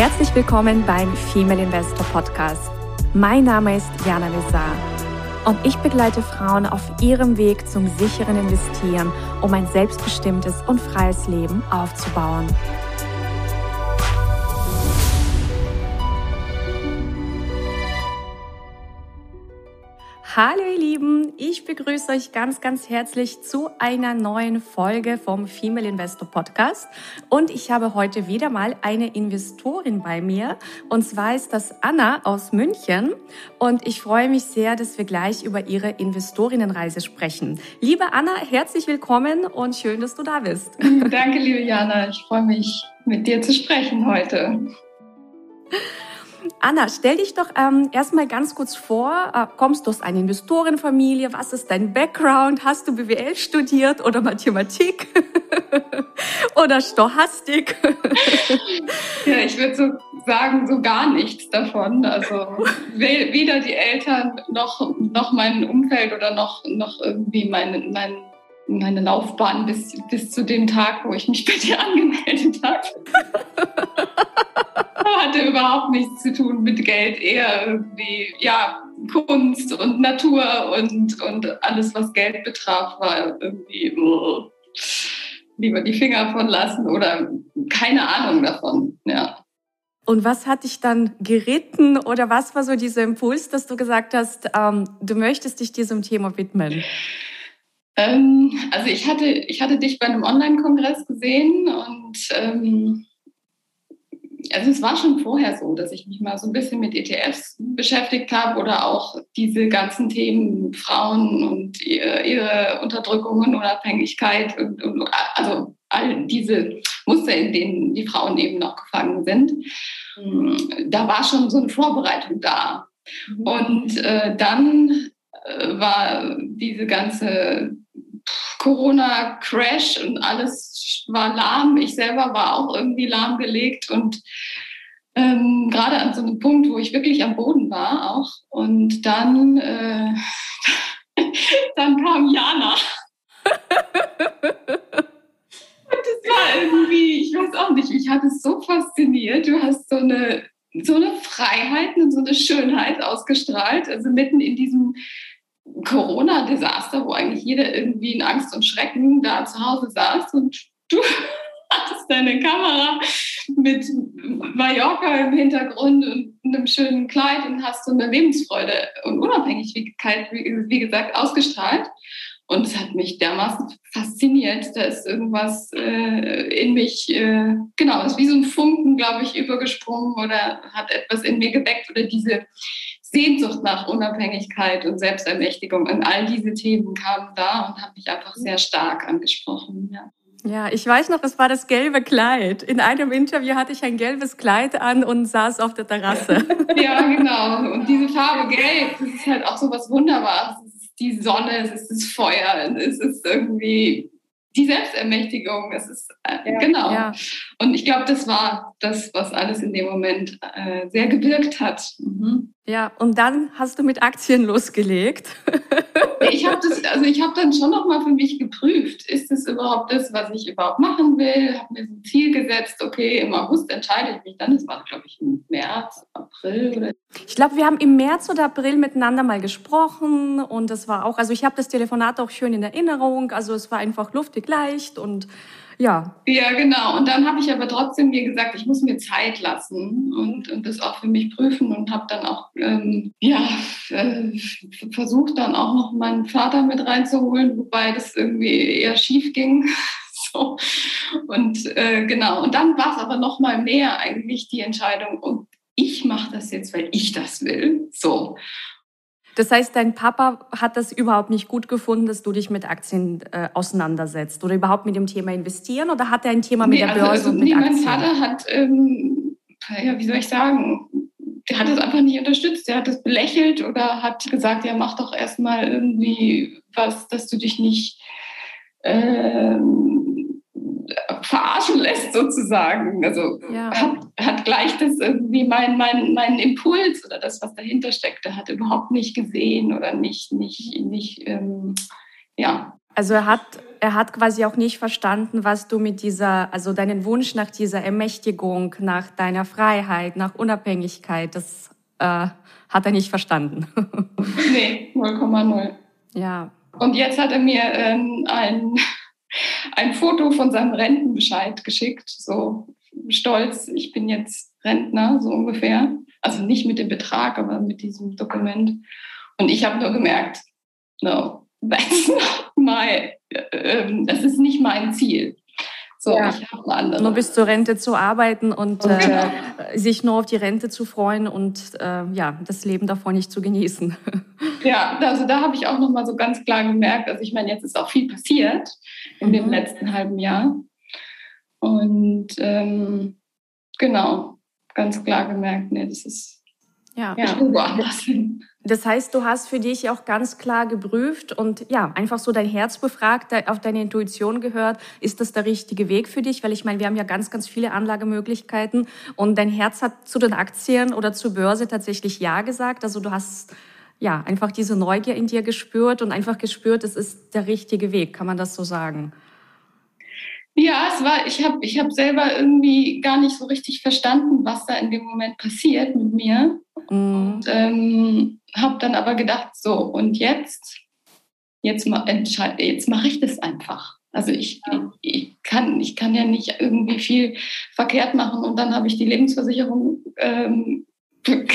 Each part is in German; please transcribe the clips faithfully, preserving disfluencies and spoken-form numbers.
Herzlich willkommen beim Female Investor Podcast. Mein Name ist Jana Lezar und ich begleite Frauen auf ihrem Weg zum sicheren Investieren, um ein selbstbestimmtes und freies Leben aufzubauen. Hallo ihr Lieben, ich begrüße euch ganz, ganz herzlich zu einer neuen Folge vom Female Investor Podcast und ich habe heute wieder mal eine Investorin bei mir und zwar ist das Anna aus München und ich freue mich sehr, dass wir gleich über ihre Investorinnenreise sprechen. Liebe Anna, herzlich willkommen und schön, dass du da bist. Danke, liebe Jana, ich freue mich, mit dir zu sprechen heute. Anna, stell dich doch ähm, erstmal ganz kurz vor. Äh, kommst du aus einer Investorenfamilie? Was ist dein Background? Hast du B W L studiert oder Mathematik oder Stochastik? Ja, ich würde so sagen, so gar nichts davon. Also weder die Eltern noch, noch mein Umfeld oder noch, noch irgendwie meine, mein, meine Laufbahn bis, bis zu dem Tag, wo ich mich bei dir angemeldet habe. Hatte überhaupt nichts zu tun mit Geld, eher irgendwie, ja, Kunst und Natur und, und alles, was Geld betraf, war irgendwie uh, lieber die Finger von lassen oder keine Ahnung davon, ja. Und was hat dich dann geritten oder was war so dieser Impuls, dass du gesagt hast, ähm, du möchtest dich diesem Thema widmen? Ähm, also ich hatte, ich hatte dich bei einem Online-Kongress gesehen und ähm, also es war schon vorher so, dass ich mich mal so ein bisschen mit E T Fs beschäftigt habe oder auch diese ganzen Themen Frauen und ihre, ihre Unterdrückung und Unabhängigkeit und, und also all diese Muster, in denen die Frauen eben noch gefangen sind. Da war schon so eine Vorbereitung da. Mhm. Und äh, dann äh, war diese ganze Corona-Crash und alles war lahm. Ich selber war auch irgendwie lahmgelegt und ähm, gerade an so einem Punkt, wo ich wirklich am Boden war auch. Und dann, äh, dann kam Jana. Und das war irgendwie, ich weiß auch nicht, mich hat es so fasziniert. Du hast so eine, so eine Freiheit und so eine Schönheit ausgestrahlt. Also mitten in diesem Corona-Desaster, wo eigentlich jeder irgendwie in Angst und Schrecken da zu Hause saß und du hattest deine Kamera mit Mallorca im Hintergrund und einem schönen Kleid und hast so eine Lebensfreude und Unabhängigkeit, wie, wie gesagt, ausgestrahlt. Und es hat mich dermaßen fasziniert. Da ist irgendwas äh, in mich, äh, genau, ist wie so ein Funken, glaube ich, übergesprungen oder hat etwas in mir geweckt oder diese Sehnsucht nach Unabhängigkeit und Selbstermächtigung und all diese Themen kamen da und haben mich einfach sehr stark angesprochen. Ja. Ja, ich weiß noch, es war das gelbe Kleid. In einem Interview hatte ich ein gelbes Kleid an und saß auf der Terrasse. Ja, genau. Und diese Farbe Gelb, das ist halt auch so was Wunderbares. Es ist die Sonne, es ist das Feuer, es ist irgendwie die Selbstermächtigung. Es ist äh, ja, genau. Ja. Und ich glaube, das war das, was alles in dem Moment äh, sehr gewirkt hat. Mhm. Ja, und dann hast du mit Aktien losgelegt. Ich habe das, also ich habe dann schon noch mal für mich geprüft, ist das überhaupt das, was ich überhaupt machen will? Habe mir so ein Ziel gesetzt, okay, im August entscheide ich mich dann. Das war, glaube ich, im März, April oder. Ich glaube, wir haben im März oder April miteinander mal gesprochen und das war auch, also ich habe das Telefonat auch schön in Erinnerung, also es war einfach luftig leicht und ja. Ja, genau. Und dann habe ich aber trotzdem mir gesagt, ich muss mir Zeit lassen und, und das auch für mich prüfen und habe dann auch ähm, ja, äh, versucht, dann auch noch meinen Vater mit reinzuholen, wobei das irgendwie eher schief ging. So. Und äh, genau. Und dann war es aber noch mal mehr eigentlich die Entscheidung, und ich mache das jetzt, weil ich das will. So. Das heißt, dein Papa hat das überhaupt nicht gut gefunden, dass du dich mit Aktien äh, auseinandersetzt oder überhaupt mit dem Thema investieren, oder hat er ein Thema mit nee, der Börse also, also, und mit nee, Aktien? Mein Vater hat, ähm, ja, wie soll ich sagen, der hat es einfach nicht unterstützt. Der hat es belächelt oder hat gesagt, ja, mach doch erstmal irgendwie was, dass du dich nicht ähm, verarschen lässt sozusagen. Also ja. hat, hat gleich das irgendwie mein, mein, mein Impuls oder das, was dahinter steckte, hat überhaupt nicht gesehen oder nicht, nicht, nicht ähm, ja. Also er hat, er hat quasi auch nicht verstanden, was du mit dieser, also deinen Wunsch nach dieser Ermächtigung, nach deiner Freiheit, nach Unabhängigkeit, das äh, hat er nicht verstanden. Nee, null Komma null. Ja. Und jetzt hat er mir ähm, ein, ein Foto von seinem Rentenbescheid geschickt, so stolz, ich bin jetzt Rentner, so ungefähr. Also nicht mit dem Betrag, aber mit diesem Dokument. Und ich habe nur gemerkt, no, that's not my, äh, das ist nicht mein Ziel. So, ja. Ich habe eine andere. Nur bis zur Rente zu arbeiten und äh, genau. sich nur auf die Rente zu freuen und äh, ja, das Leben davor nicht zu genießen. Ja, also da habe ich auch nochmal so ganz klar gemerkt, also ich meine, jetzt ist auch viel passiert in mhm. dem letzten halben Jahr. Und ähm, genau, ganz klar gemerkt, nee, das ist, ja, ich will woanders hin. Das heißt, du hast für dich auch ganz klar geprüft und ja, einfach so dein Herz befragt, auf deine Intuition gehört. Ist das der richtige Weg für dich? Weil ich meine, wir haben ja ganz, ganz viele Anlagemöglichkeiten und dein Herz hat zu den Aktien oder zur Börse tatsächlich Ja gesagt. Also du hast ja einfach diese Neugier in dir gespürt und einfach gespürt, es ist der richtige Weg. Kann man das so sagen? Ja, es war, ich habe ich hab selber irgendwie gar nicht so richtig verstanden, was da in dem Moment passiert mit mir. Mhm. Und ähm, habe dann aber gedacht, so, und jetzt, jetzt, jetzt mache ich das einfach. Also ich, ja. ich, ich, kann, ich kann ja nicht irgendwie viel verkehrt machen. Und dann habe ich die Lebensversicherung ähm, geplündert,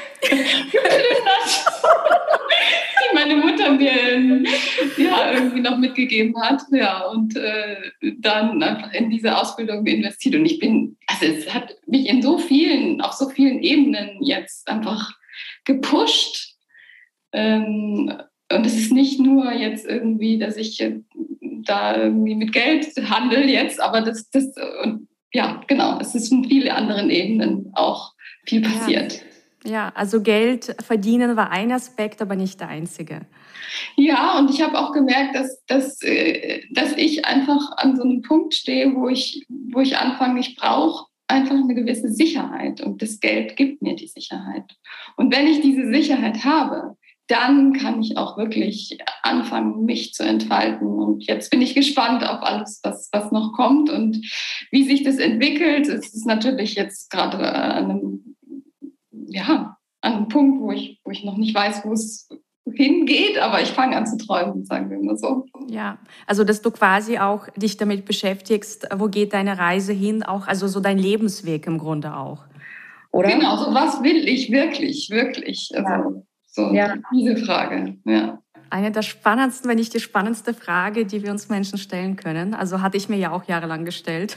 die meine Mutter mir ja, irgendwie noch mitgegeben hat. Ja, und äh, dann einfach in diese Ausbildung investiert. Und ich bin, also es hat mich in so vielen, auf so vielen Ebenen jetzt einfach gepusht. Ähm, und es ist nicht nur jetzt irgendwie, dass ich äh, da irgendwie mit Geld handle jetzt, aber das, das und ja, genau, es ist in vielen anderen Ebenen auch viel passiert. Ja. Ja, also Geld verdienen war ein Aspekt, aber nicht der einzige. Ja, und ich habe auch gemerkt, dass, dass, dass ich einfach an so einem Punkt stehe, wo ich, wo ich anfange, ich brauche einfach eine gewisse Sicherheit und das Geld gibt mir die Sicherheit. Und wenn ich diese Sicherheit habe, dann kann ich auch wirklich anfangen, mich zu entfalten. Und jetzt bin ich gespannt auf alles, was, was noch kommt und wie sich das entwickelt. Es ist natürlich jetzt gerade an einem ja, an einem Punkt, wo ich, wo ich noch nicht weiß, wo es hingeht, aber ich fange an zu träumen, sagen wir mal so. Ja, also dass du quasi auch dich damit beschäftigst, wo geht deine Reise hin, auch also so dein Lebensweg im Grunde auch, oder? Genau, so was will ich wirklich, wirklich, also ja. so ja. diese Frage, ja. Eine der spannendsten, wenn nicht die spannendste Frage, die wir uns Menschen stellen können, also hatte ich mir ja auch jahrelang gestellt.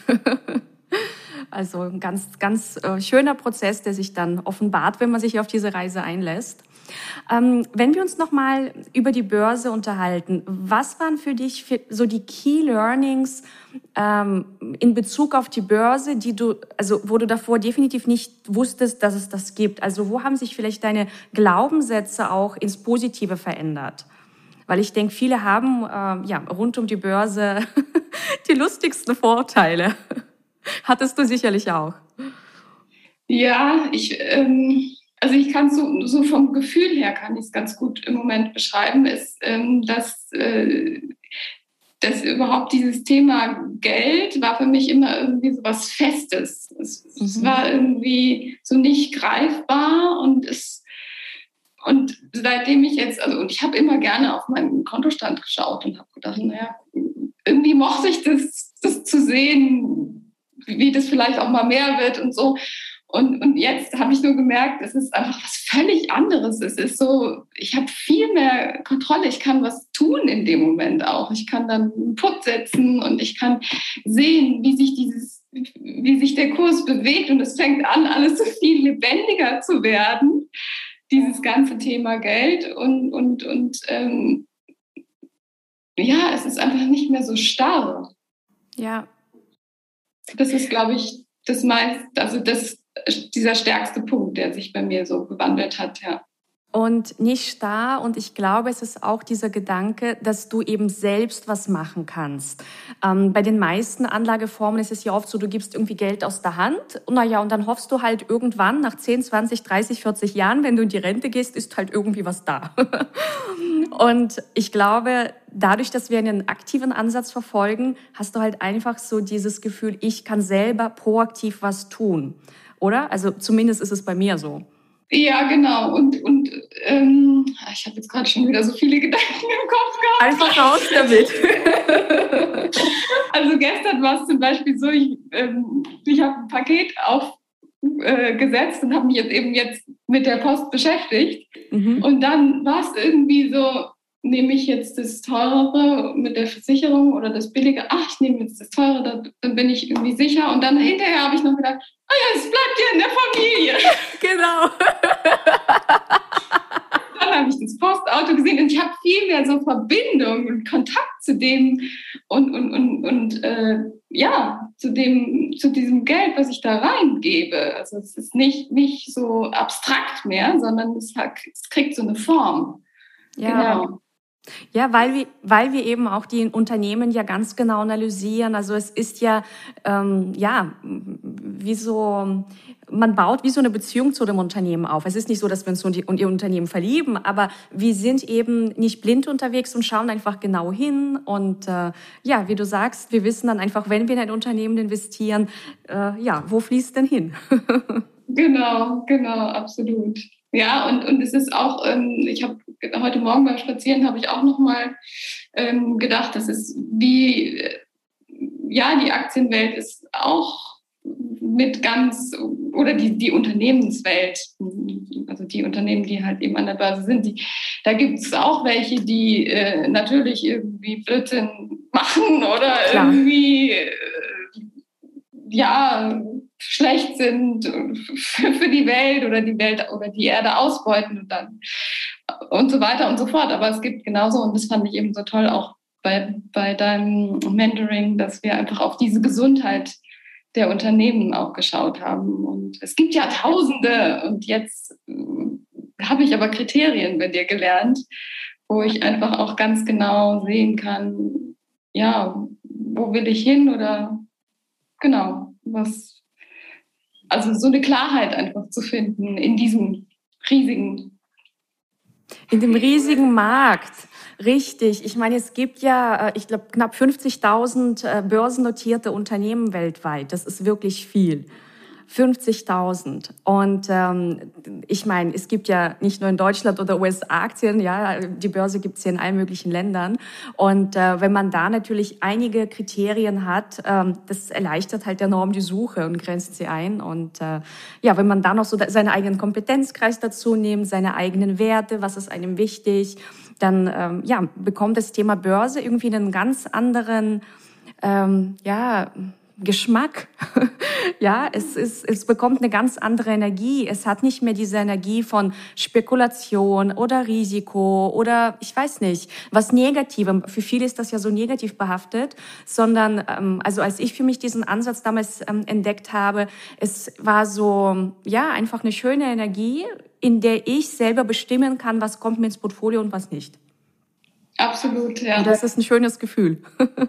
Also ein ganz, ganz äh, schöner Prozess, der sich dann offenbart, wenn man sich auf diese Reise einlässt. Ähm, wenn wir uns nochmal über die Börse unterhalten, was waren für dich für, so die Key Learnings ähm, in Bezug auf die Börse, die du, also wo du davor definitiv nicht wusstest, dass es das gibt? Also wo haben sich vielleicht deine Glaubenssätze auch ins Positive verändert? Weil ich denke, viele haben äh, ja rund um die Börse die lustigsten Vorteile. Hattest du sicherlich auch. Ja, ich, ähm, also ich kann so, so vom Gefühl her kann ich es ganz gut im Moment beschreiben, ist, ähm, dass, äh, dass überhaupt dieses Thema Geld war für mich immer irgendwie so was Festes. Es, mhm. es war irgendwie so nicht greifbar und es und seitdem ich jetzt, also und ich habe immer gerne auf meinen Kontostand geschaut und habe gedacht, naja, irgendwie mochte ich das, das zu sehen, wie das vielleicht auch mal mehr wird und so. Und, und jetzt habe ich nur gemerkt, es ist einfach was völlig anderes. Es ist so, ich habe viel mehr Kontrolle. Ich kann was tun in dem Moment auch. Ich kann dann einen Put setzen und ich kann sehen, wie sich dieses, wie sich der Kurs bewegt. Und es fängt an, alles so viel lebendiger zu werden, dieses ganze Thema Geld. Und, und, und ähm, ja, es ist einfach nicht mehr so starr. Ja. Das ist, glaube ich, das meist, also das, dieser stärkste Punkt, der sich bei mir so gewandelt hat, ja. Und nicht starr. Und ich glaube, es ist auch dieser Gedanke, dass du eben selbst was machen kannst. Ähm, bei den meisten Anlageformen ist es ja oft so, du gibst irgendwie Geld aus der Hand. Und naja, und dann hoffst du halt irgendwann nach zehn, zwanzig, dreißig, vierzig Jahren, wenn du in die Rente gehst, ist halt irgendwie was da. Und ich glaube, dadurch, dass wir einen aktiven Ansatz verfolgen, hast du halt einfach so dieses Gefühl, ich kann selber proaktiv was tun, oder? Also zumindest ist es bei mir so. Ja, genau. Und, und ähm, ich habe jetzt gerade schon wieder so viele Gedanken im Kopf gehabt. Einfach raus damit. Also gestern war es zum Beispiel so, ich, ähm, ich habe ein Paket aufgesetzt äh, und habe mich jetzt eben jetzt mit der Post beschäftigt. Mhm. Und dann war es irgendwie so, nehme ich jetzt das Teurere mit der Versicherung oder das Billige? Ach, ich nehme jetzt das Teure, dann, dann bin ich irgendwie sicher. Und dann hinterher habe ich noch gedacht, ah ja, es bleibt ja in der Familie. Genau. Dann habe ich das Postauto gesehen und ich habe viel mehr so Verbindung und Kontakt zu dem und, und, und, und äh, ja, zu dem, zu diesem Geld, was ich da reingebe. Also es ist nicht, nicht so abstrakt mehr, sondern es, hat, es kriegt so eine Form. Ja. Genau. Ja, weil wir, weil wir eben auch die Unternehmen ja ganz genau analysieren. Also es ist ja, ähm, ja, wie so, man baut wie so eine Beziehung zu dem Unternehmen auf. Es ist nicht so, dass wir uns in ihr Unternehmen verlieben, aber wir sind eben nicht blind unterwegs und schauen einfach genau hin. Und äh, ja, wie du sagst, wir wissen dann einfach, wenn wir in ein Unternehmen investieren, äh, ja, wo fließt denn hin? Genau, genau, absolut. Ja, und, und es ist auch, ähm, ich habe heute Morgen beim Spazieren habe ich auch nochmal ähm, gedacht, das ist wie, äh, ja, die Aktienwelt ist auch mit ganz, oder die, die Unternehmenswelt, also die Unternehmen, die halt eben an der Börse sind, die, da gibt es auch welche, die äh, natürlich irgendwie Blödsinn machen oder Klar. irgendwie, äh, ja, schlecht sind für die Welt oder die Welt oder die Erde ausbeuten und dann und so weiter und so fort. Aber es gibt genauso, und das fand ich eben so toll auch bei, bei deinem Mentoring, dass wir einfach auf diese Gesundheit der Unternehmen auch geschaut haben. Und es gibt ja Tausende und jetzt habe ich aber Kriterien bei dir gelernt, wo ich einfach auch ganz genau sehen kann, ja, wo will ich hin oder genau, was, also so eine Klarheit einfach zu finden in diesem riesigen. In dem riesigen Markt, richtig. Ich meine, es gibt ja, ich glaube, knapp fünfzigtausend börsennotierte Unternehmen weltweit. Das ist wirklich viel. fünfzigtausend. Und ähm, ich meine, es gibt ja nicht nur in Deutschland oder U S A Aktien, ja, die Börse gibt es ja in allen möglichen Ländern. Und äh, wenn man da natürlich einige Kriterien hat, ähm, das erleichtert halt enorm die Suche und grenzt sie ein. Und äh, ja, wenn man da noch so seinen eigenen Kompetenzkreis dazu nimmt, seine eigenen Werte, was ist einem wichtig, dann ähm, ja, bekommt das Thema Börse irgendwie einen ganz anderen, ähm, ja, Geschmack. Ja, es ist, es bekommt eine ganz andere Energie. Es hat nicht mehr diese Energie von Spekulation oder Risiko oder ich weiß nicht, was Negativem. Für viele ist das ja so negativ behaftet, sondern, ähm, also als ich für mich diesen Ansatz damals ähm, entdeckt habe, es war so, ja, einfach eine schöne Energie, in der ich selber bestimmen kann, was kommt mir ins Portfolio und was nicht. Absolut, ja. Und das ist ein schönes Gefühl.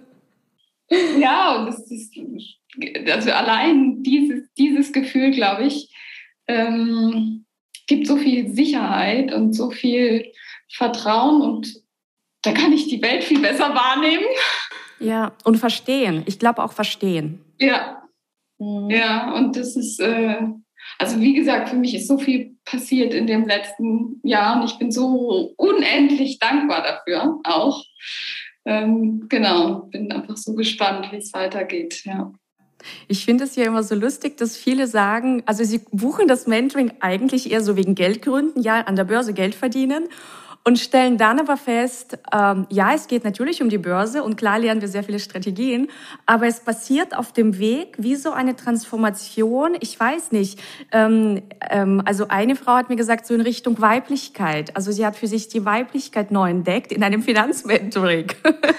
Ja, und das ist, also allein dieses, dieses Gefühl, glaube ich, ähm, gibt so viel Sicherheit und so viel Vertrauen und da kann ich die Welt viel besser wahrnehmen. Ja, und verstehen. Ich glaube auch verstehen. Ja, mhm. Ja, und das ist, äh, also wie gesagt, für mich ist so viel passiert in dem letzten Jahr und ich bin so unendlich dankbar dafür auch. Ähm, genau, bin einfach so gespannt, wie es weitergeht, ja. Ich finde es ja immer so lustig, dass viele sagen, also sie buchen das Mentoring eigentlich eher so wegen Geldgründen, ja, an der Börse Geld verdienen und stellen dann aber fest, ähm, ja, es geht natürlich um die Börse und klar lernen wir sehr viele Strategien, aber es passiert auf dem Weg wie so eine Transformation, ich weiß nicht, ähm, ähm, also eine Frau hat mir gesagt, so in Richtung Weiblichkeit, also sie hat für sich die Weiblichkeit neu entdeckt in einem Finanzmentoring.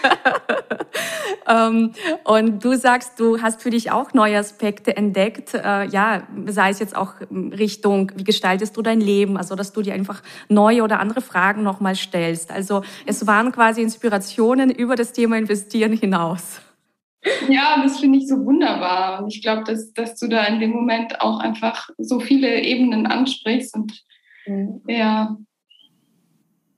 Ähm, und du sagst, du hast für dich auch neue Aspekte entdeckt, äh, ja, sei es jetzt auch Richtung, wie gestaltest du dein Leben, also dass du dir einfach neue oder andere Fragen nochmal stellst. Also es waren quasi Inspirationen über das Thema Investieren hinaus. Ja, das finde ich so wunderbar. Und ich glaube, dass, dass du da in dem Moment auch einfach so viele Ebenen ansprichst und mhm. ja.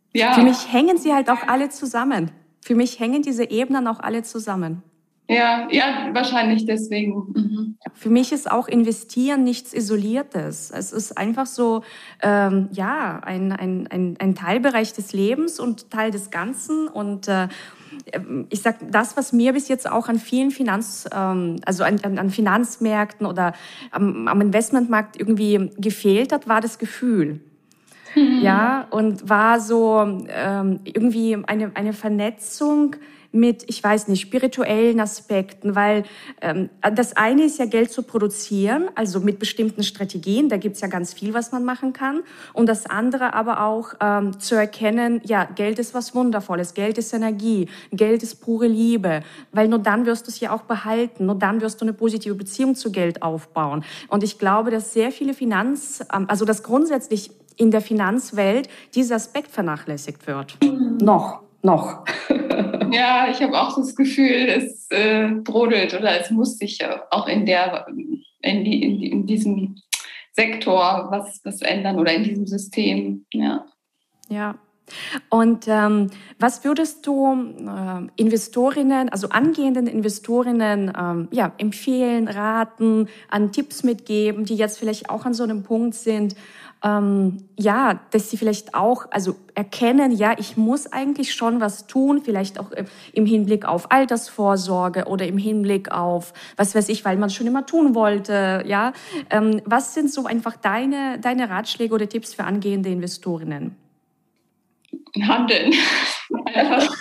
Ja. Für mich hängen sie halt auch alle zusammen. Für mich hängen diese Ebenen auch alle zusammen. Ja, ja, wahrscheinlich deswegen. Mhm. Für mich ist auch Investieren nichts Isoliertes. Es ist einfach so, ähm, ja, ein, ein, ein, ein Teilbereich des Lebens und Teil des Ganzen. Und äh, ich sag, das, was mir bis jetzt auch an vielen Finanz, ähm, also an, an, an Finanzmärkten oder am, am Investmentmarkt irgendwie gefehlt hat, war das Gefühl. Mhm. Ja, und war so ähm, irgendwie eine, eine Vernetzung mit, ich weiß nicht, spirituellen Aspekten, weil ähm, das eine ist ja Geld zu produzieren, also mit bestimmten Strategien, da gibt's ja ganz viel, was man machen kann. Und das andere aber auch ähm, zu erkennen, ja, Geld ist was Wundervolles, Geld ist Energie, Geld ist pure Liebe, weil nur dann wirst du es ja auch behalten, nur dann wirst du eine positive Beziehung zu Geld aufbauen. Und ich glaube, dass sehr viele Finanz, ähm, also dass grundsätzlich in der Finanzwelt dieser Aspekt vernachlässigt wird. Mhm. Noch, noch. Ja, ich habe auch das Gefühl, es äh, brodelt oder es muss sich ja auch in der in, die, in, die, in diesem Sektor was, was ändern oder in diesem System. Ja. Ja. Und ähm, was würdest du äh, Investorinnen, also angehenden Investorinnen, ähm, ja, empfehlen, raten, an Tipps mitgeben, die jetzt vielleicht auch an so einem Punkt sind, ähm, ja, dass sie vielleicht auch, also erkennen, ja, ich muss eigentlich schon was tun, vielleicht auch im Hinblick auf Altersvorsorge oder im Hinblick auf, was weiß ich, weil man es schon immer tun wollte, ja. Ähm, was sind so einfach deine, deine Ratschläge oder Tipps für angehende Investorinnen? Handeln. Also,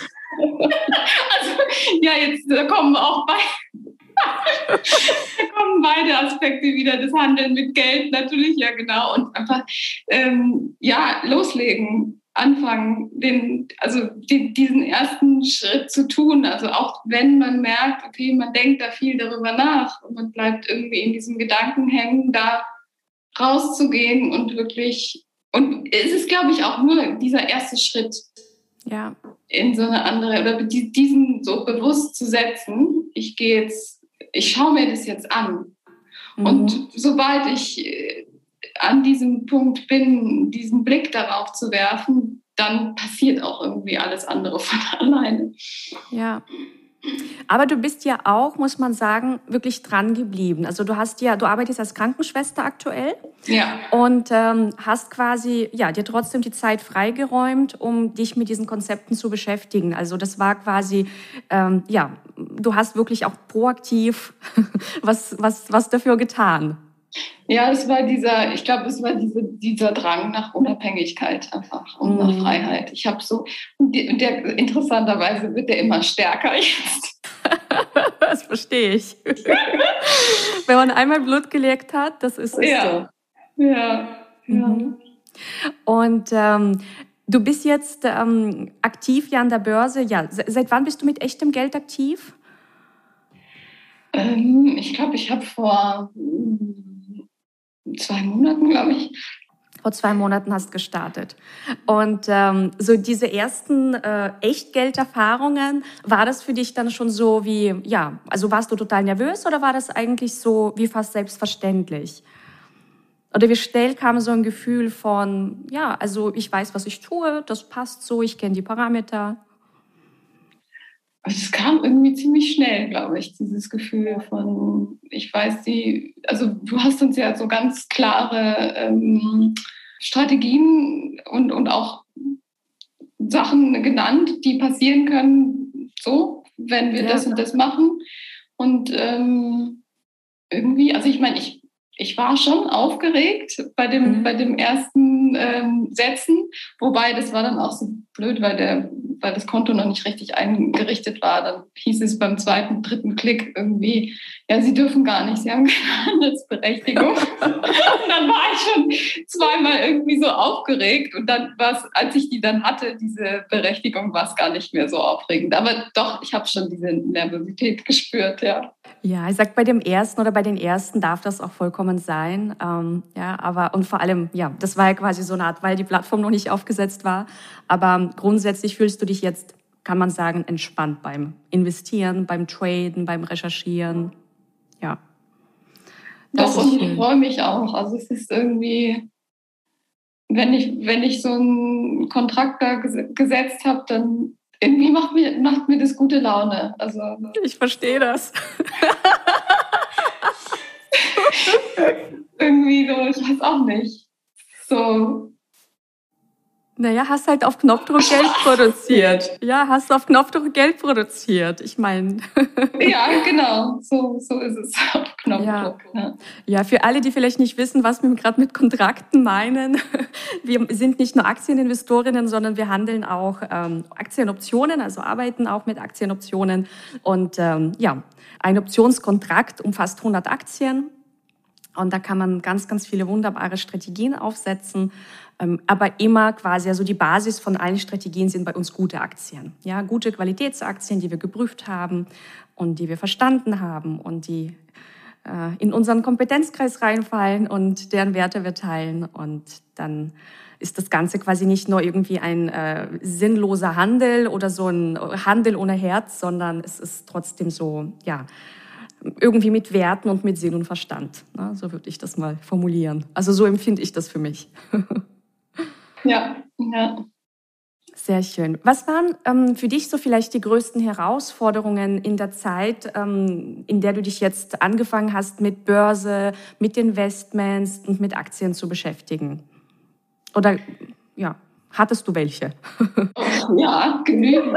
ja, jetzt kommen auch beide, da kommen beide Aspekte wieder, das Handeln mit Geld natürlich, ja genau, und einfach, ähm, ja, loslegen, anfangen, den, also die, diesen ersten Schritt zu tun, also auch wenn man merkt, okay, man denkt da viel darüber nach und man bleibt irgendwie in diesem Gedanken hängen, da rauszugehen und wirklich. Und es ist, glaube ich, auch nur dieser erste Schritt, ja, in so eine andere, oder diesen so bewusst zu setzen. Ich gehe jetzt, ich schaue mir das jetzt an. Mhm. Und sobald ich an diesem Punkt bin, diesen Blick darauf zu werfen, dann passiert auch irgendwie alles andere von alleine. Ja. Aber du bist ja auch, muss man sagen, wirklich dran geblieben. Also du hast ja, du arbeitest als Krankenschwester aktuell. Ja. Und ähm, hast quasi, ja, dir trotzdem die Zeit freigeräumt, um dich mit diesen Konzepten zu beschäftigen. Also das war quasi, ähm, ja, du hast wirklich auch proaktiv was, was, was dafür getan. Ja, es war dieser, ich glaube, es war diese, dieser Drang nach Unabhängigkeit einfach und mm. nach Freiheit. Ich habe so, und der, interessanterweise wird der immer stärker jetzt. Das verstehe ich. Wenn man einmal Blut geleckt hat, das ist, ist ja. so. Ja, ja. Mhm. Und ähm, du bist jetzt ähm, aktiv ja an der Börse. Ja, seit wann bist du mit echtem Geld aktiv? Ähm, ich glaube, ich habe vor zwei Monaten, glaube ich. Vor zwei Monaten hast gestartet. Und ähm, so diese ersten äh, Echtgelderfahrungen, war das für dich dann schon so wie, ja, also warst du total nervös oder war das eigentlich so wie fast selbstverständlich? Oder wie schnell kam so ein Gefühl von, ja, also ich weiß, was ich tue, das passt so, ich kenne die Parameter? Es kam irgendwie ziemlich schnell, glaube ich, dieses Gefühl von, ich weiß die, also du hast uns ja so ganz klare ähm, Strategien und, und auch Sachen genannt, die passieren können, so, wenn wir ja. das und das machen. Und ähm, irgendwie, also ich meine, ich, ich war schon aufgeregt bei dem, mhm. bei dem ersten ähm, Sätzen, wobei das war dann auch so blöd, weil der weil das Konto noch nicht richtig eingerichtet war. Dann hieß es beim zweiten, dritten Klick irgendwie, ja, Sie dürfen gar nicht, Sie haben keine Handelsberechtigung. Und dann war ich schon zweimal irgendwie so aufgeregt. Und dann war es, als ich die dann hatte, diese Berechtigung, war es gar nicht mehr so aufregend. Aber doch, ich habe schon diese Nervosität gespürt, ja. Ja, ich sag, bei dem ersten oder bei den ersten darf das auch vollkommen sein. Ähm, ja, aber, und vor allem, ja, das war ja quasi so eine Art, weil die Plattform noch nicht aufgesetzt war. Aber grundsätzlich fühlst du dich jetzt, kann man sagen, entspannt beim Investieren, beim Traden, beim Recherchieren. Ja. Das Doch, und ich freue mich auch. Also es ist irgendwie, wenn ich, wenn ich so einen Kontrakt da ges- gesetzt habe, dann irgendwie macht mir, macht mir das gute Laune. Also Ich verstehe das. irgendwie so, ich weiß auch nicht. So. Naja, hast halt auf Knopfdruck Geld produziert. Ja, hast auf Knopfdruck Geld produziert. Ich meine. Ja, genau. So, so ist es auf Knopfdruck. Ja. Ja. Ja, für alle, die vielleicht nicht wissen, was wir gerade mit Kontrakten meinen. Wir sind nicht nur Aktieninvestorinnen, sondern wir handeln auch ähm, Aktienoptionen, also arbeiten auch mit Aktienoptionen. Und ähm, ja, ein Optionskontrakt umfasst hundert Aktien. Und da kann man ganz, ganz viele wunderbare Strategien aufsetzen. Aber immer quasi, also die Basis von allen Strategien sind bei uns gute Aktien. Ja, gute Qualitätsaktien, die wir geprüft haben und die wir verstanden haben und die äh, in unseren Kompetenzkreis reinfallen und deren Werte wir teilen. Und dann ist das Ganze quasi nicht nur irgendwie ein äh, sinnloser Handel oder so ein Handel ohne Herz, sondern es ist trotzdem so, ja, irgendwie mit Werten und mit Sinn und Verstand. Na, so würde ich das mal formulieren. Also so empfinde ich das für mich. Ja, ja. Sehr schön. Was waren ähm, für dich so vielleicht die größten Herausforderungen in der Zeit, ähm, in der du dich jetzt angefangen hast, mit Börse, mit Investments und mit Aktien zu beschäftigen? Oder ja, hattest du welche? Ja, genügend.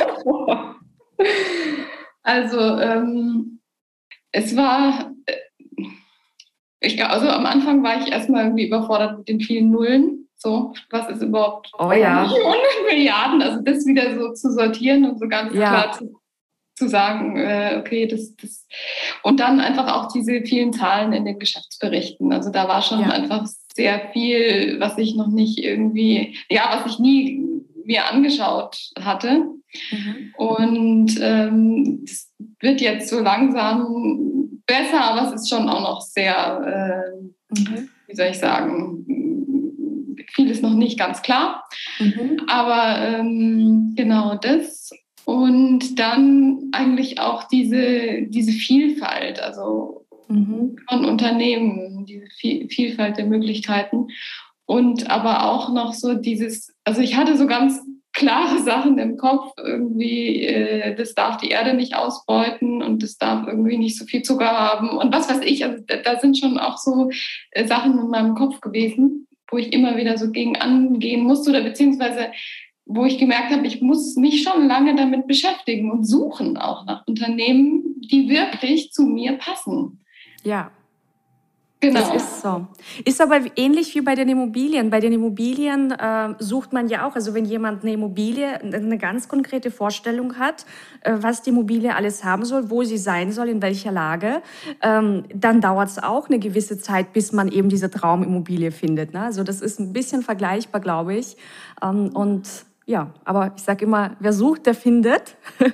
Also ähm, es war, ich, also am Anfang war ich erstmal irgendwie überfordert mit den vielen Nullen. So, was ist überhaupt Oh ja. Millionen, Milliarden? Also das wieder so zu sortieren und so ganz Ja. klar zu, zu sagen, äh, okay, das, das. Und dann einfach auch diese vielen Zahlen in den Geschäftsberichten. Also da war schon Ja. einfach sehr viel, was ich noch nicht irgendwie, ja, was ich nie mir angeschaut hatte. Mhm. Und ähm, es wird jetzt so langsam besser, aber es ist schon auch noch sehr, äh, Mhm. wie soll ich sagen, vieles noch nicht ganz klar. Mhm. Aber ähm, genau das. Und dann eigentlich auch diese, diese Vielfalt, also Mhm. von Unternehmen, diese Vielfalt der Möglichkeiten. Und aber auch noch so dieses, also ich hatte so ganz klare Sachen im Kopf, irgendwie, äh, das darf die Erde nicht ausbeuten und das darf irgendwie nicht so viel Zucker haben und was weiß ich, also da, da sind schon auch so äh, Sachen in meinem Kopf gewesen, wo ich immer wieder so gegen angehen musste oder beziehungsweise wo ich gemerkt habe, ich muss mich schon lange damit beschäftigen und suchen auch nach Unternehmen, die wirklich zu mir passen. Ja. Genau. Das ist so. Ist aber ähnlich wie bei den Immobilien. Bei den Immobilien äh, sucht man ja auch, also wenn jemand eine Immobilie, eine ganz konkrete Vorstellung hat, äh, was die Immobilie alles haben soll, wo sie sein soll, in welcher Lage, ähm, dann dauert es auch eine gewisse Zeit, bis man eben diese Traumimmobilie findet. Ne? Also das ist ein bisschen vergleichbar, glaube ich. Ähm, und ja, aber ich sage immer, wer sucht, der findet.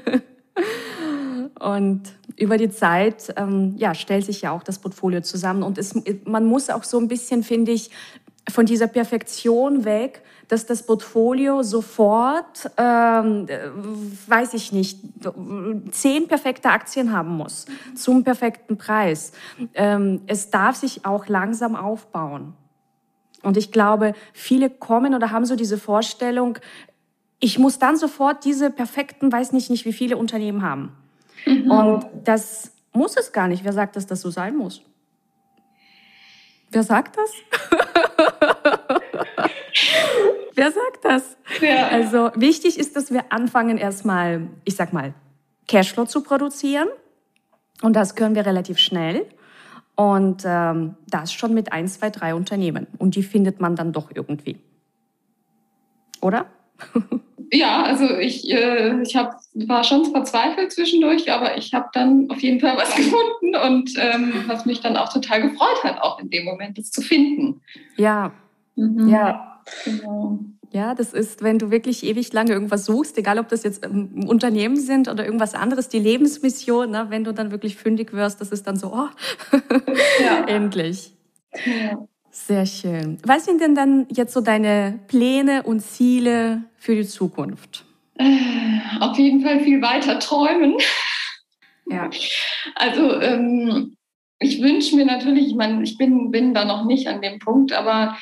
Und über die Zeit ähm, ja, stellt sich ja auch das Portfolio zusammen. Und es, man muss auch so ein bisschen, finde ich, von dieser Perfektion weg, dass das Portfolio sofort, ähm, weiß ich nicht, zehn perfekte Aktien haben muss zum perfekten Preis. Ähm, es darf sich auch langsam aufbauen. Und ich glaube, viele kommen oder haben so diese Vorstellung, ich muss dann sofort diese perfekten, weiß nicht, nicht wie viele Unternehmen haben. Mhm. Und das muss es gar nicht. Wer sagt, dass das so sein muss? Wer sagt das? Wer sagt das? Ja. Also wichtig ist, dass wir anfangen erstmal, ich sag mal, Cashflow zu produzieren. Und das können wir relativ schnell. Und ähm, das schon mit ein, zwei, drei Unternehmen. Und die findet man dann doch irgendwie. Oder? Ja, also ich, äh, ich hab, war schon verzweifelt zwischendurch, aber ich habe dann auf jeden Fall was gefunden und ähm, was mich dann auch total gefreut hat, auch in dem Moment, das zu finden. Ja, mhm. ja, genau. Ja, das ist, wenn du wirklich ewig lange irgendwas suchst, egal ob das jetzt ähm, Unternehmen sind oder irgendwas anderes, die Lebensmission, ne, wenn du dann wirklich fündig wirst, das ist dann so, oh, ja. Endlich. Ja. Sehr schön. Was sind denn dann jetzt so deine Pläne und Ziele für die Zukunft? Äh, auf jeden Fall viel weiter träumen. Ja. Also ähm, ich wünsche mir natürlich, ich meine, ich bin, bin da noch nicht an dem Punkt, aber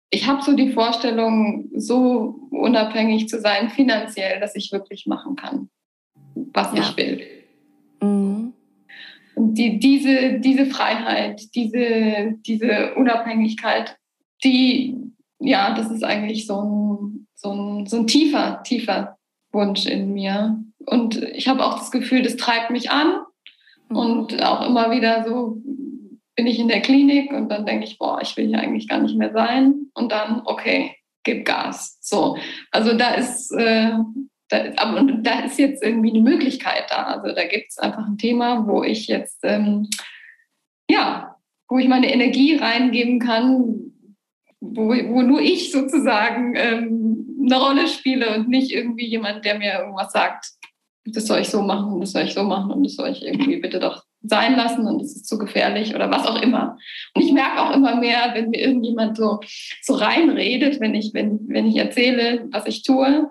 ich habe so die Vorstellung, so unabhängig zu sein finanziell, dass ich wirklich machen kann, was ja. ich will. Mhm. Und die, diese, diese Freiheit, diese, diese Unabhängigkeit, die, ja, das ist eigentlich so ein, so ein, so ein tiefer, tiefer Wunsch in mir. Und ich habe auch das Gefühl, das treibt mich an. Mhm. Und auch immer wieder so bin ich in der Klinik und dann denke ich, boah, ich will hier eigentlich gar nicht mehr sein. Und dann, okay, gib Gas. So, also da ist... Äh, Da, aber da ist jetzt irgendwie eine Möglichkeit da. Also da gibt es einfach ein Thema, wo ich jetzt, ähm, ja, wo ich meine Energie reingeben kann, wo, wo nur ich sozusagen ähm, eine Rolle spiele und nicht irgendwie jemand, der mir irgendwas sagt, das soll ich so machen und das soll ich so machen und das soll ich irgendwie bitte doch sein lassen und das ist zu gefährlich oder was auch immer. Und ich merke auch immer mehr, wenn mir irgendjemand so, so reinredet, wenn ich, wenn, wenn ich erzähle, was ich tue,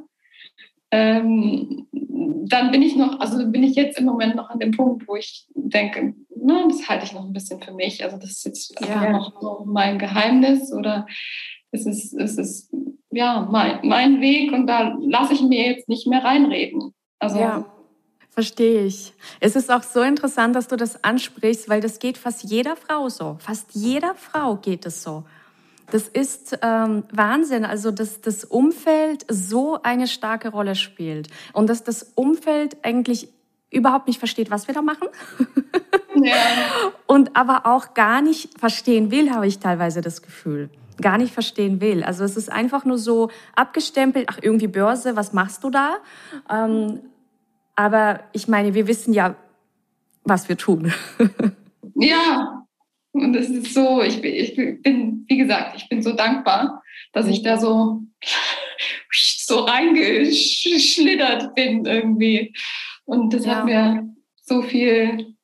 Ähm, dann bin ich noch, also bin ich jetzt im Moment noch an dem Punkt, wo ich denke, na, das halte ich noch ein bisschen für mich. Also das ist jetzt einfach ja. noch so mein Geheimnis oder es ist, es ist ja mein, mein Weg und da lasse ich mir jetzt nicht mehr reinreden. Also ja. Verstehe ich. Es ist auch so interessant, dass du das ansprichst, weil das geht fast jeder Frau so. Fast jeder Frau geht es so. Das ist ähm, Wahnsinn, also dass das Umfeld so eine starke Rolle spielt und dass das Umfeld eigentlich überhaupt nicht versteht, was wir da machen ja. und aber auch gar nicht verstehen will, habe ich teilweise das Gefühl. Gar nicht verstehen will. Also es ist einfach nur so abgestempelt, ach irgendwie Börse, was machst du da? Ähm, aber ich meine, wir wissen ja, was wir tun. Ja. Und es ist so, ich bin, ich bin, wie gesagt, ich bin so dankbar, dass ich da so, so reingeschlittert bin irgendwie. Und das ja. hat mir so viel,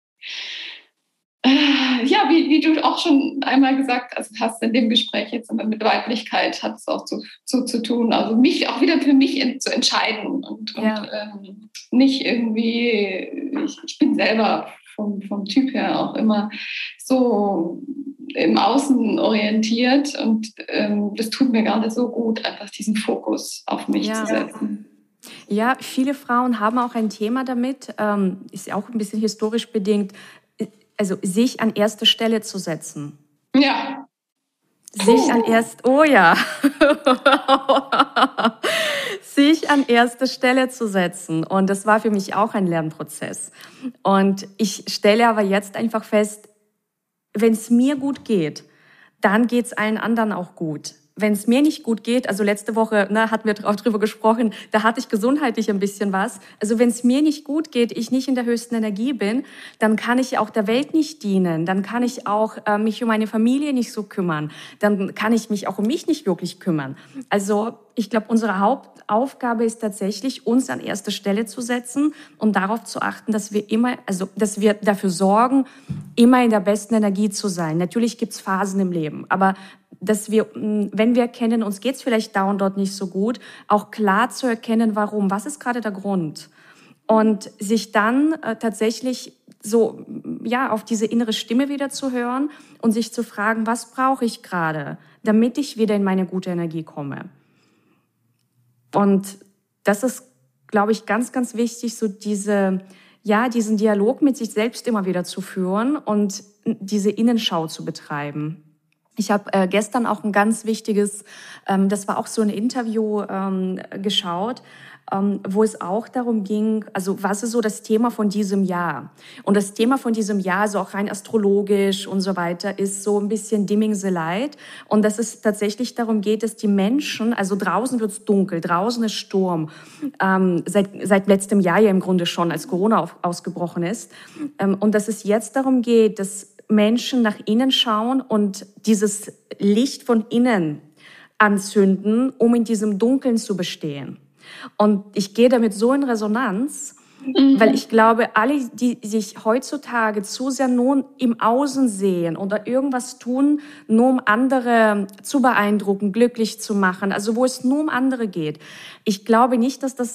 äh, ja, wie, wie du auch schon einmal gesagt also hast in dem Gespräch jetzt mit Weiblichkeit hat es auch so, so zu tun. Also mich auch wieder für mich in, zu entscheiden und, ja. und ähm, nicht irgendwie, ich, ich bin selber Vom, vom Typ her auch immer so im Außen orientiert und ähm, das tut mir gar nicht so gut, einfach diesen Fokus auf mich ja. zu setzen. Ja, viele Frauen haben auch ein Thema damit, ähm, ist ja auch ein bisschen historisch bedingt, also sich an erste Stelle zu setzen. Ja. Sich Puh. an erst, oh ja, sich an erste Stelle zu setzen. Und das war für mich auch ein Lernprozess. Und ich stelle aber jetzt einfach fest, wenn es mir gut geht, dann geht es allen anderen auch gut. Wenn es mir nicht gut geht, also letzte Woche ne, hatten wir auch drüber gesprochen, da hatte ich gesundheitlich ein bisschen was. Also wenn es mir nicht gut geht, ich nicht in der höchsten Energie bin, dann kann ich auch der Welt nicht dienen. Dann kann ich auch äh, mich um meine Familie nicht so kümmern. Dann kann ich mich auch um mich nicht wirklich kümmern. Also ich glaube, unsere Hauptaufgabe ist tatsächlich, uns an erste Stelle zu setzen und darauf zu achten, dass wir immer, also dass wir dafür sorgen, immer in der besten Energie zu sein. Natürlich gibt's Phasen im Leben, aber dass wir, wenn wir erkennen, uns geht's vielleicht da und dort nicht so gut, auch klar zu erkennen, warum, was ist gerade der Grund? Und sich dann äh, tatsächlich so, ja, auf diese innere Stimme wieder zu hören und sich zu fragen, was brauche ich gerade, damit ich wieder in meine gute Energie komme? Und das ist, glaube ich, ganz, ganz wichtig, so diese, ja, diesen Dialog mit sich selbst immer wieder zu führen und diese Innenschau zu betreiben. Ich habe äh, gestern auch ein ganz wichtiges, ähm, das war auch so ein Interview ähm, geschaut, ähm, wo es auch darum ging, also was ist so das Thema von diesem Jahr? Und das Thema von diesem Jahr, so auch rein astrologisch und so weiter, ist so ein bisschen Dimming the Light. Und dass es tatsächlich darum geht, dass die Menschen, also draußen wird's dunkel, draußen ist Sturm, ähm, seit, seit letztem Jahr ja im Grunde schon, als Corona auf, ausgebrochen ist. Ähm, und dass es jetzt darum geht, dass Menschen nach innen schauen und dieses Licht von innen anzünden, um in diesem Dunkeln zu bestehen. Und ich gehe damit so in Resonanz, mhm. weil ich glaube, alle, die sich heutzutage zu sehr nur im Außen sehen oder irgendwas tun, nur um andere zu beeindrucken, glücklich zu machen, also wo es nur um andere geht. Ich glaube nicht, dass das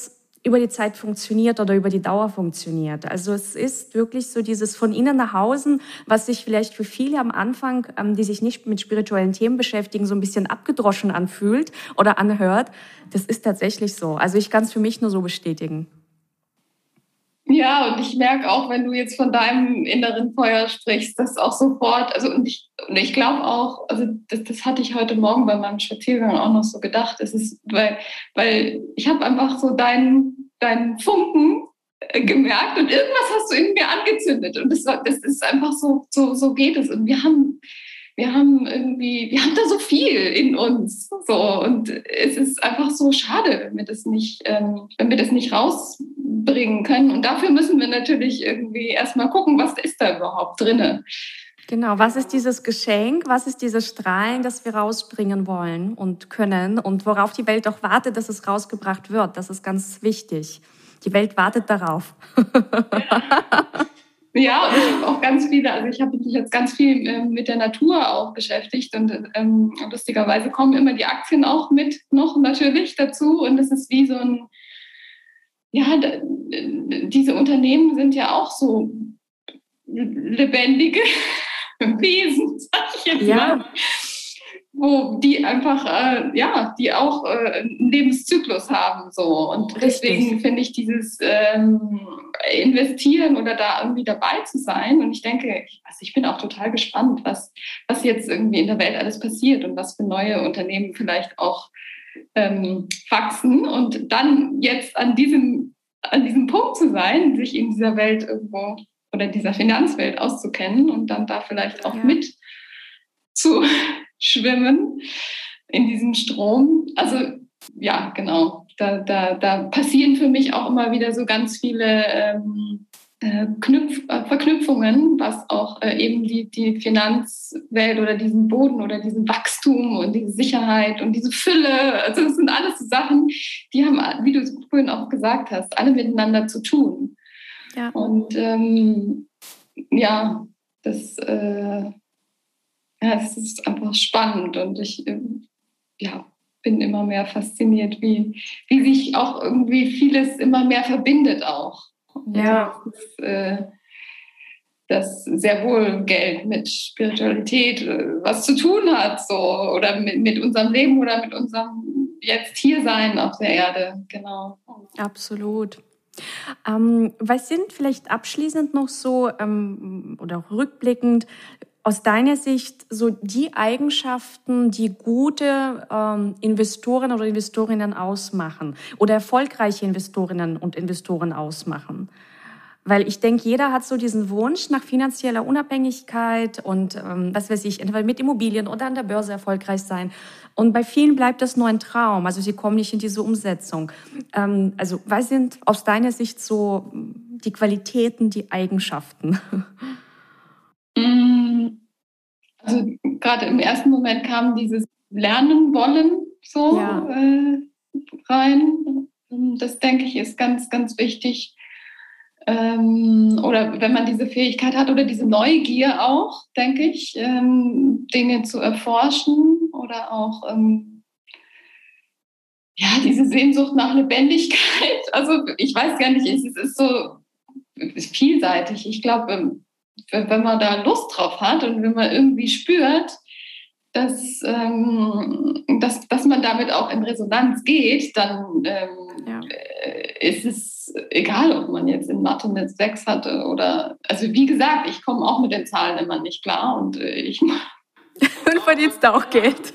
über die Zeit funktioniert oder über die Dauer funktioniert. Also es ist wirklich so dieses von innen nach außen, was sich vielleicht für viele am Anfang, ähm, die sich nicht mit spirituellen Themen beschäftigen, so ein bisschen abgedroschen anfühlt oder anhört. Das ist tatsächlich so. Also ich kann es für mich nur so bestätigen. Ja, und ich merke auch, wenn du jetzt von deinem inneren Feuer sprichst, dass auch sofort, also und ich, und ich glaube auch, also das, das hatte ich heute Morgen bei meinem Spaziergang auch noch so gedacht, es ist, weil, weil ich habe einfach so deinen, deinen Funken äh, gemerkt und irgendwas hast du in mir angezündet und das, das ist einfach so, so, so geht es und wir haben wir haben irgendwie, wir haben da so viel in uns, so und es ist einfach so schade, wenn wir das nicht, ähm, wenn wir das nicht rausbringen können. Und dafür müssen wir natürlich irgendwie erstmal gucken, was ist da überhaupt drinne. Genau, was ist dieses Geschenk, was ist dieses Strahlen, das wir rausbringen wollen und können und worauf die Welt auch wartet, dass es rausgebracht wird. Das ist ganz wichtig. Die Welt wartet darauf. Ja, und ich habe auch ganz viele, also ich habe mich jetzt ganz viel ähm, mit der Natur auch beschäftigt und ähm, lustigerweise kommen immer die Aktien auch mit noch natürlich dazu und es ist wie so ein, ja, da, diese Unternehmen sind ja auch so lebendige Wesen, sag ich jetzt ja. mal, wo die einfach, äh, ja, die auch äh, einen Lebenszyklus haben so und Richtig. Deswegen finde ich dieses ähm, Investieren oder da irgendwie dabei zu sein und ich denke, also ich bin auch total gespannt, was, was jetzt irgendwie in der Welt alles passiert und was für neue Unternehmen vielleicht auch ähm, wachsen und dann jetzt an diesem, an diesem Punkt zu sein, sich in dieser Welt irgendwo oder in dieser Finanzwelt auszukennen und dann da vielleicht auch ja. mit zu schwimmen in diesem Strom. Also ja, genau. Da, da, da passieren für mich auch immer wieder so ganz viele ähm, äh, Knüpf, äh, Verknüpfungen, was auch äh, eben die, die Finanzwelt oder diesen Boden oder diesen Wachstum und diese Sicherheit und diese Fülle, also das sind alles so Sachen, die haben, wie du es vorhin auch gesagt hast, alle miteinander zu tun. Ja. Und ähm, ja, das äh, Ja, es ist einfach spannend und ich ja, bin immer mehr fasziniert, wie, wie sich auch irgendwie vieles immer mehr verbindet auch. Ja. Das, äh, dass sehr wohl Geld mit Spiritualität äh, was zu tun hat so oder mit, mit unserem Leben oder mit unserem jetzt Hiersein auf der Erde. Genau. Absolut. Ähm, was sind vielleicht abschließend noch so ähm, oder auch rückblickend aus deiner Sicht so die Eigenschaften, die gute ähm, Investoren oder Investorinnen ausmachen oder erfolgreiche Investorinnen und Investoren ausmachen? Weil ich denke, jeder hat so diesen Wunsch nach finanzieller Unabhängigkeit und ähm, was weiß ich, entweder mit Immobilien oder an der Börse erfolgreich sein. Und bei vielen bleibt das nur ein Traum, also sie kommen nicht in diese Umsetzung. Ähm, also was sind aus deiner Sicht so die Qualitäten, die Eigenschaften? Also gerade im ersten Moment kam dieses Lernen wollen so ja. äh, rein. Das denke ich ist ganz, ganz wichtig. Ähm, oder wenn man diese Fähigkeit hat oder diese Neugier auch, denke ich, ähm, Dinge zu erforschen oder auch ähm, ja, diese Sehnsucht nach Lebendigkeit. Also ich weiß gar nicht, es ist so vielseitig. Ich glaube, wenn man da Lust drauf hat und wenn man irgendwie spürt, dass, ähm, dass, dass man damit auch in Resonanz geht, dann ähm, ja. ist es egal, ob man jetzt in Mathe eine sechs hatte oder, also wie gesagt, ich komme auch mit den Zahlen immer nicht klar und äh, ich... Und verdienst du auch Geld.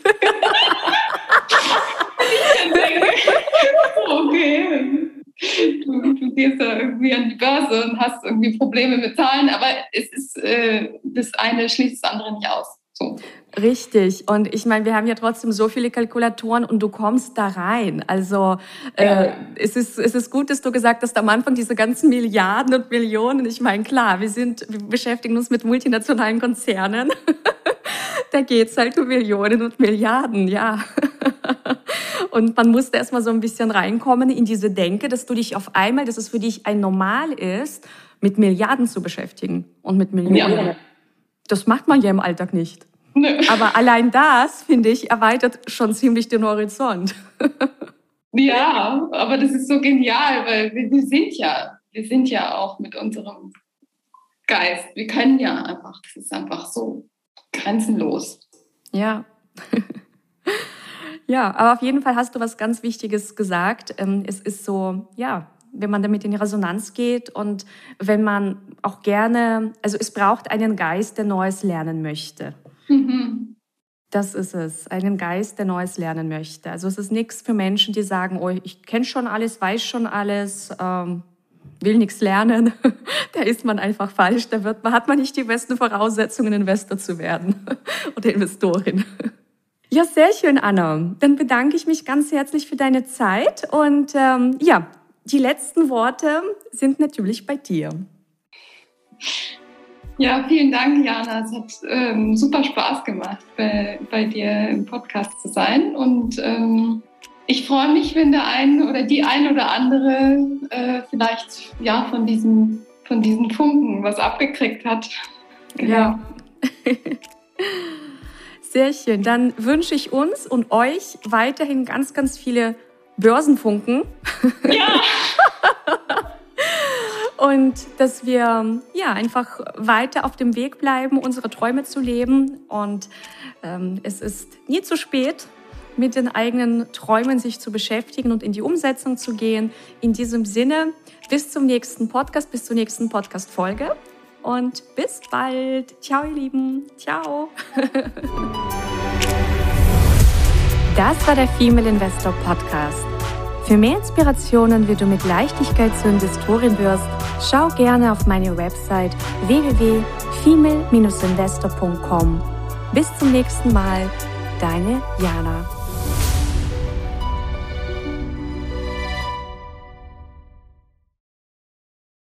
Okay. Du, du gehst da irgendwie an die Börse und hast irgendwie Probleme mit Zahlen, aber es ist, äh, das eine schließt das andere nicht aus. So. Richtig. Und ich meine, wir haben ja trotzdem so viele Kalkulatoren und du kommst da rein. Also äh, ja. es ist es ist gut, dass du gesagt hast, am Anfang diese ganzen Milliarden und Millionen. Ich meine, klar, wir sind, wir beschäftigen uns mit multinationalen Konzernen. Da geht's halt um Millionen und Milliarden, ja. Und man musste erstmal so ein bisschen reinkommen in diese Denke, dass du dich auf einmal, dass es für dich ein Normal ist, mit Milliarden zu beschäftigen und mit Millionen. Ja. Das macht man ja im Alltag nicht. Nö. Aber allein das, finde ich, erweitert schon ziemlich den Horizont. Ja, aber das ist so genial, weil wir, wir sind ja, wir sind ja auch mit unserem Geist. Wir können ja einfach, das ist einfach so grenzenlos. Ja. Ja, aber auf jeden Fall hast du was ganz Wichtiges gesagt. Es ist so, ja, wenn man damit in die Resonanz geht und wenn man auch gerne, also es braucht einen Geist, der Neues lernen möchte. Mhm. Das ist es, einen Geist, der Neues lernen möchte. Also es ist nichts für Menschen, die sagen, oh, ich kenne schon alles, weiß schon alles, ähm, will nichts lernen. Da ist man einfach falsch. Da wird, hat man nicht die besten Voraussetzungen, Investor zu werden oder Investorin. Ja, sehr schön, Anna. Dann bedanke ich mich ganz herzlich für deine Zeit. Und ähm, ja, die letzten Worte sind natürlich bei dir. Ja, vielen Dank, Jana. Es hat ähm, super Spaß gemacht, bei, bei dir im Podcast zu sein. Und ähm, ich freue mich, wenn der ein oder die ein oder andere äh, vielleicht ja von diesen, von diesen Funken was abgekriegt hat. Genau. Ja. Sehr schön. Dann wünsche ich uns und euch weiterhin ganz, ganz viele Börsenfunken. Ja. Und dass wir ja einfach weiter auf dem Weg bleiben, unsere Träume zu leben. Und ähm, es ist nie zu spät, mit den eigenen Träumen sich zu beschäftigen und in die Umsetzung zu gehen. In diesem Sinne, bis zum nächsten Podcast, bis zur nächsten Podcast-Folge. Und bis bald. Ciao, ihr Lieben. Ciao. Das war der Female Investor Podcast. Für mehr Inspirationen, wie du mit Leichtigkeit zur Investorin wirst, schau gerne auf meine Website w w w punkt female Bindestrich investor punkt com. Bis zum nächsten Mal, deine Jana.